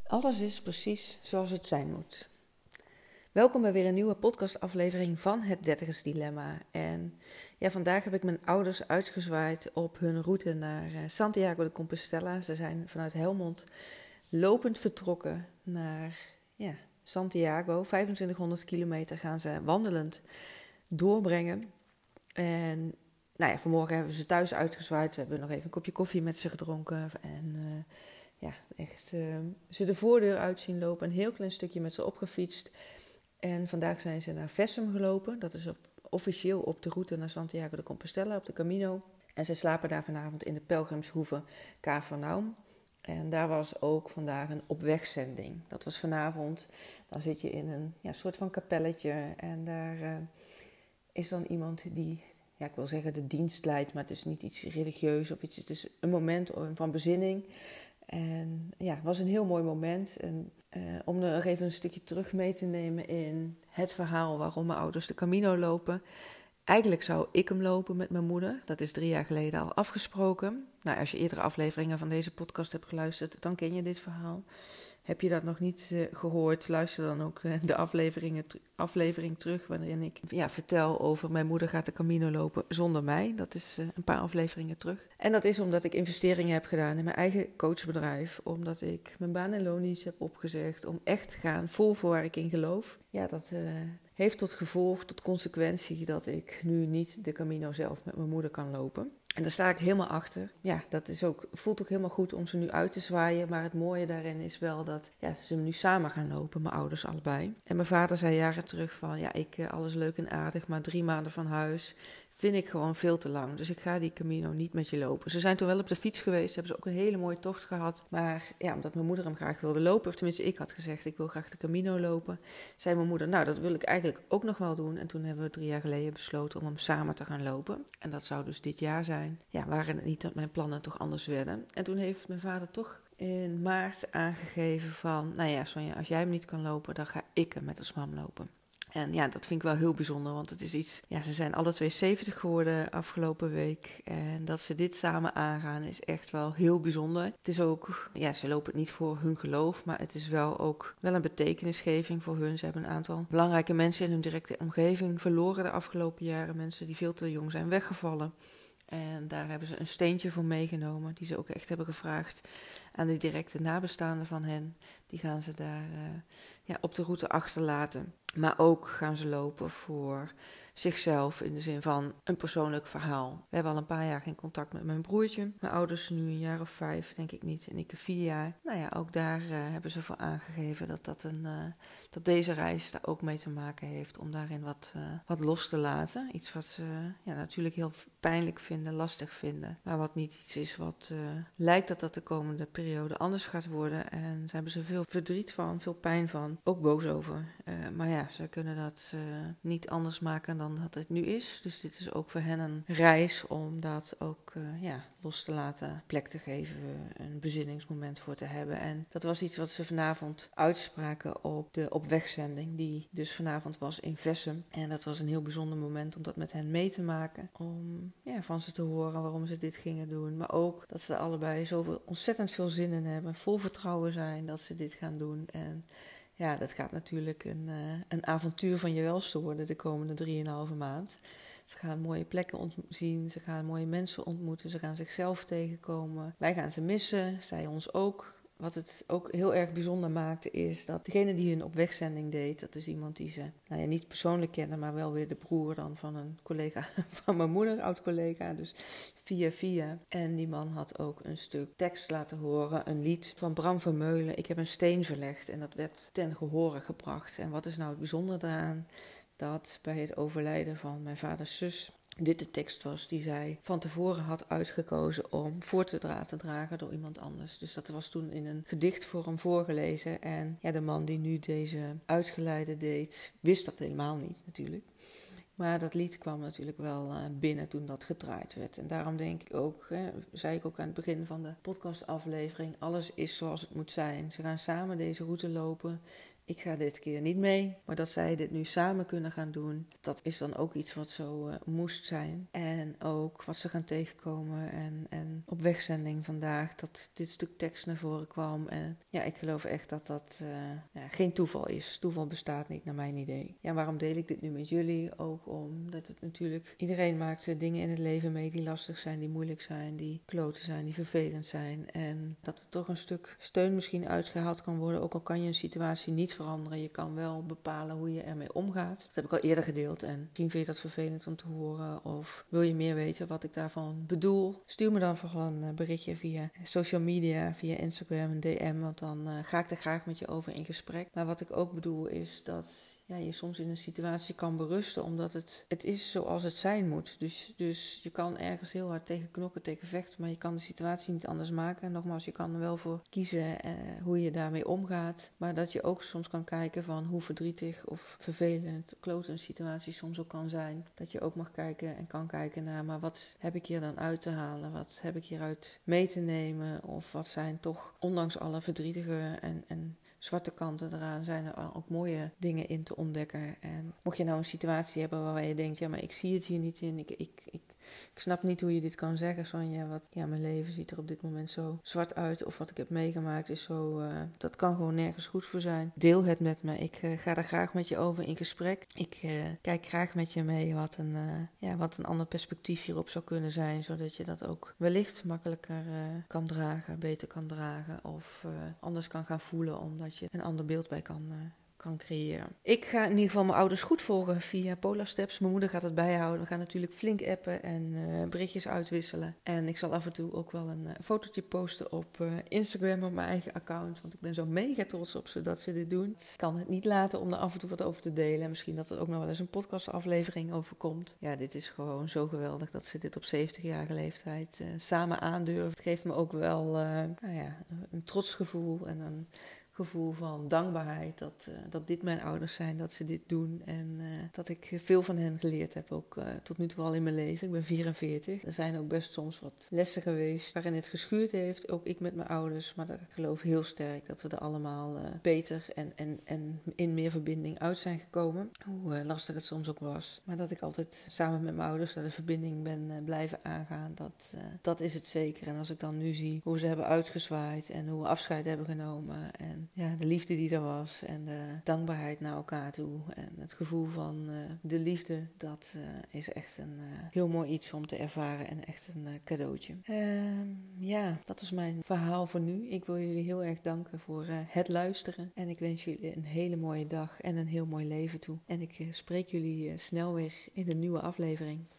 Alles is precies zoals het zijn moet. Welkom bij weer een nieuwe podcastaflevering van Het Dertigers Dilemma. En vandaag heb ik mijn ouders uitgezwaaid op hun route naar Santiago de Compostela. Ze zijn vanuit Helmond lopend vertrokken naar Santiago. 2500 kilometer gaan ze wandelend doorbrengen. En vanmorgen hebben we ze thuis uitgezwaaid. We hebben nog even een kopje koffie met ze gedronken. En ze de voordeur uit zien lopen. Een heel klein stukje met ze opgefietst. En vandaag zijn ze naar Vessum gelopen. Dat is officieel op de route naar Santiago de Compostela, op de Camino. En ze slapen daar vanavond in de pelgrimshoeve Cafarnaum. En daar was ook vandaag een opwegzending. Dat was vanavond. Dan zit je in een soort van kapelletje. En daar is dan iemand die, ik wil zeggen de dienst leidt, maar het is niet iets religieus of iets. Het is een moment van bezinning. En het was een heel mooi moment. En om er even een stukje terug mee te nemen in het verhaal waarom mijn ouders de Camino lopen. Eigenlijk zou ik hem lopen met mijn moeder. Dat is 3 jaar geleden al afgesproken. Als je eerdere afleveringen van deze podcast hebt geluisterd, dan ken je dit verhaal. Heb je dat nog niet gehoord, luister dan ook de aflevering terug waarin ik vertel over mijn moeder gaat de Camino lopen zonder mij. Dat is een paar afleveringen terug. En dat is omdat ik investeringen heb gedaan in mijn eigen coachbedrijf. Omdat ik mijn baan in loondienst heb opgezegd om echt te gaan vol voor waar ik in geloof. Dat heeft tot gevolg, tot consequentie dat ik nu niet de Camino zelf met mijn moeder kan lopen. En daar sta ik helemaal achter. Dat is voelt ook helemaal goed om ze nu uit te zwaaien. Maar het mooie daarin is wel dat ze nu samen gaan lopen, mijn ouders allebei. En mijn vader zei jaren terug van, alles leuk en aardig, maar 3 maanden van huis vind ik gewoon veel te lang. Dus ik ga die Camino niet met je lopen. Ze zijn toen wel op de fiets geweest, hebben ze ook een hele mooie tocht gehad. Maar omdat mijn moeder hem graag wilde lopen, of tenminste ik had gezegd, ik wil graag de Camino lopen, zei mijn moeder, dat wil ik eigenlijk ook nog wel doen. En toen hebben we 3 jaar geleden besloten om hem samen te gaan lopen. En dat zou dus dit jaar zijn. Waren het niet dat mijn plannen toch anders werden. En toen heeft mijn vader toch in maart aangegeven van, Sonja, als jij hem niet kan lopen, dan ga ik hem met als mam lopen. En dat vind ik wel heel bijzonder, want het is iets. Ze zijn alle 2 70 geworden afgelopen week. En dat ze dit samen aangaan is echt wel heel bijzonder. Het is ook, ze lopen het niet voor hun geloof, maar het is wel een betekenisgeving voor hun. Ze hebben een aantal belangrijke mensen in hun directe omgeving verloren de afgelopen jaren. Mensen die veel te jong zijn weggevallen. En daar hebben ze een steentje voor meegenomen, die ze ook echt hebben gevraagd aan de directe nabestaanden van hen. Die gaan ze daar op de route achterlaten. Maar ook gaan ze lopen voor zichzelf in de zin van een persoonlijk verhaal. We hebben al een paar jaar geen contact met mijn broertje. Mijn ouders nu een jaar of 5, denk ik niet. En ik 4 jaar. Ook daar hebben ze voor aangegeven dat deze reis daar ook mee te maken heeft. Om daarin wat los te laten. Iets wat ze natuurlijk heel pijnlijk vinden, lastig vinden. Maar wat niet iets is wat lijkt dat de komende periode anders gaat worden. En daar hebben ze veel verdriet van, veel pijn van. Ook boos over. Maar ze kunnen dat niet anders maken dan dat het nu is. Dus dit is ook voor hen een reis om dat ook los te laten, plek te geven, een bezinningsmoment voor te hebben. En dat was iets wat ze vanavond uitspraken op de opwegzending, die dus vanavond was in Vessum. En dat was een heel bijzonder moment om dat met hen mee te maken. Om van ze te horen waarom ze dit gingen doen. Maar ook dat ze allebei zoveel ontzettend veel zin in hebben, vol vertrouwen zijn dat ze dit gaan doen. En dat gaat natuurlijk een avontuur van je welste worden de komende 3,5 maand. Ze gaan mooie plekken zien, ze gaan mooie mensen ontmoeten, ze gaan zichzelf tegenkomen. Wij gaan ze missen, zij ons ook. Wat het ook heel erg bijzonder maakte is dat degene die hun opwegzending deed, dat is iemand die ze niet persoonlijk kennen, maar wel weer de broer dan van een collega van mijn moeder, oud-collega, dus via. En die man had ook een stuk tekst laten horen, een lied van Bram Vermeulen, Ik heb een steen verlegd, en dat werd ten gehore gebracht. En wat is nou het bijzondere daaraan? Dat bij het overlijden van mijn vaders zus dit de tekst was die zij van tevoren had uitgekozen om voor te dragen door iemand anders. Dus dat was toen in een gedichtvorm voorgelezen. En de man die nu deze uitgeleide deed, wist dat helemaal niet natuurlijk. Maar dat lied kwam natuurlijk wel binnen toen dat gedraaid werd. En daarom denk ik ook, zei ik ook aan het begin van de podcastaflevering, alles is zoals het moet zijn. Ze gaan samen deze route lopen. ik ga dit keer niet mee. Maar dat zij dit nu samen kunnen gaan doen, dat is dan ook iets wat zo moest zijn. En ook wat ze gaan tegenkomen en op wegzending vandaag, dat dit stuk tekst naar voren kwam. En ja, ik geloof echt dat dat geen toeval is. Toeval bestaat niet, naar mijn idee. Ja, waarom deel ik dit nu met jullie? Ook omdat het natuurlijk, iedereen maakt dingen in het leven mee die lastig zijn, die moeilijk zijn, die kloten zijn, die vervelend zijn. En dat er toch een stuk steun misschien uitgehaald kan worden, ook al kan je een situatie niet veranderen. Je kan wel bepalen hoe je ermee omgaat. Dat heb ik al eerder gedeeld en misschien vind je dat vervelend om te horen of wil je meer weten wat ik daarvan bedoel. Stuur me dan vooral een berichtje via social media, via Instagram, een DM, want dan ga ik er graag met je over in gesprek. Maar wat ik ook bedoel is dat je soms in een situatie kan berusten, omdat het is zoals het zijn moet. Dus je kan ergens heel hard tegen knokken, tegen vechten, maar je kan de situatie niet anders maken. En nogmaals, je kan er wel voor kiezen hoe je daarmee omgaat. Maar dat je ook soms kan kijken van hoe verdrietig of vervelend, klote een situatie soms ook kan zijn. Dat je ook mag kijken en kan kijken naar, maar wat heb ik hier dan uit te halen? Wat heb ik hieruit mee te nemen? Of wat zijn toch, ondanks alle verdrietige en zwarte kanten eraan, zijn er ook mooie dingen in te ontdekken. En mocht je nou een situatie hebben waarbij je denkt, ja, maar ik zie het hier niet in, ik snap niet hoe je dit kan zeggen, Sonja. Mijn leven ziet er op dit moment zo zwart uit. Of wat ik heb meegemaakt is zo, dat kan gewoon nergens goed voor zijn. Deel het met me. Ik ga er graag met je over in gesprek. Ik kijk graag met je mee wat een ander perspectief hierop zou kunnen zijn. Zodat je dat ook wellicht makkelijker kan dragen, beter kan dragen. Of anders kan gaan voelen, omdat je een ander beeld bij kan creëren. Ik ga in ieder geval mijn ouders goed volgen via Polar Steps. Mijn moeder gaat het bijhouden. We gaan natuurlijk flink appen en berichtjes uitwisselen. En ik zal af en toe ook wel een fotootje posten op Instagram op mijn eigen account. Want ik ben zo mega trots op ze dat ze dit doen. Ik kan het niet laten om er af en toe wat over te delen. En misschien dat er ook nog wel eens een podcastaflevering over komt. Ja, dit is gewoon zo geweldig dat ze dit op 70-jarige leeftijd samen aandurven. Het geeft me ook wel een trots gevoel en een gevoel van dankbaarheid dat dit mijn ouders zijn, dat ze dit doen en dat ik veel van hen geleerd heb, ook tot nu toe al in mijn leven. Ik ben 44. Er zijn ook best soms wat lessen geweest waarin het geschuurd heeft, ook ik met mijn ouders, maar ik geloof heel sterk dat we er allemaal beter en in meer verbinding uit zijn gekomen, hoe lastig het soms ook was. Maar dat ik altijd samen met mijn ouders de verbinding ben blijven aangaan, dat is het zeker. En als ik dan nu zie hoe ze hebben uitgezwaaid en hoe we afscheid hebben genomen en ja, de liefde die er was en de dankbaarheid naar elkaar toe en het gevoel van de liefde, dat is echt een heel mooi iets om te ervaren en echt een cadeautje. Dat is mijn verhaal voor nu. Ik wil jullie heel erg danken voor het luisteren en ik wens jullie een hele mooie dag en een heel mooi leven toe. En ik spreek jullie snel weer in een nieuwe aflevering.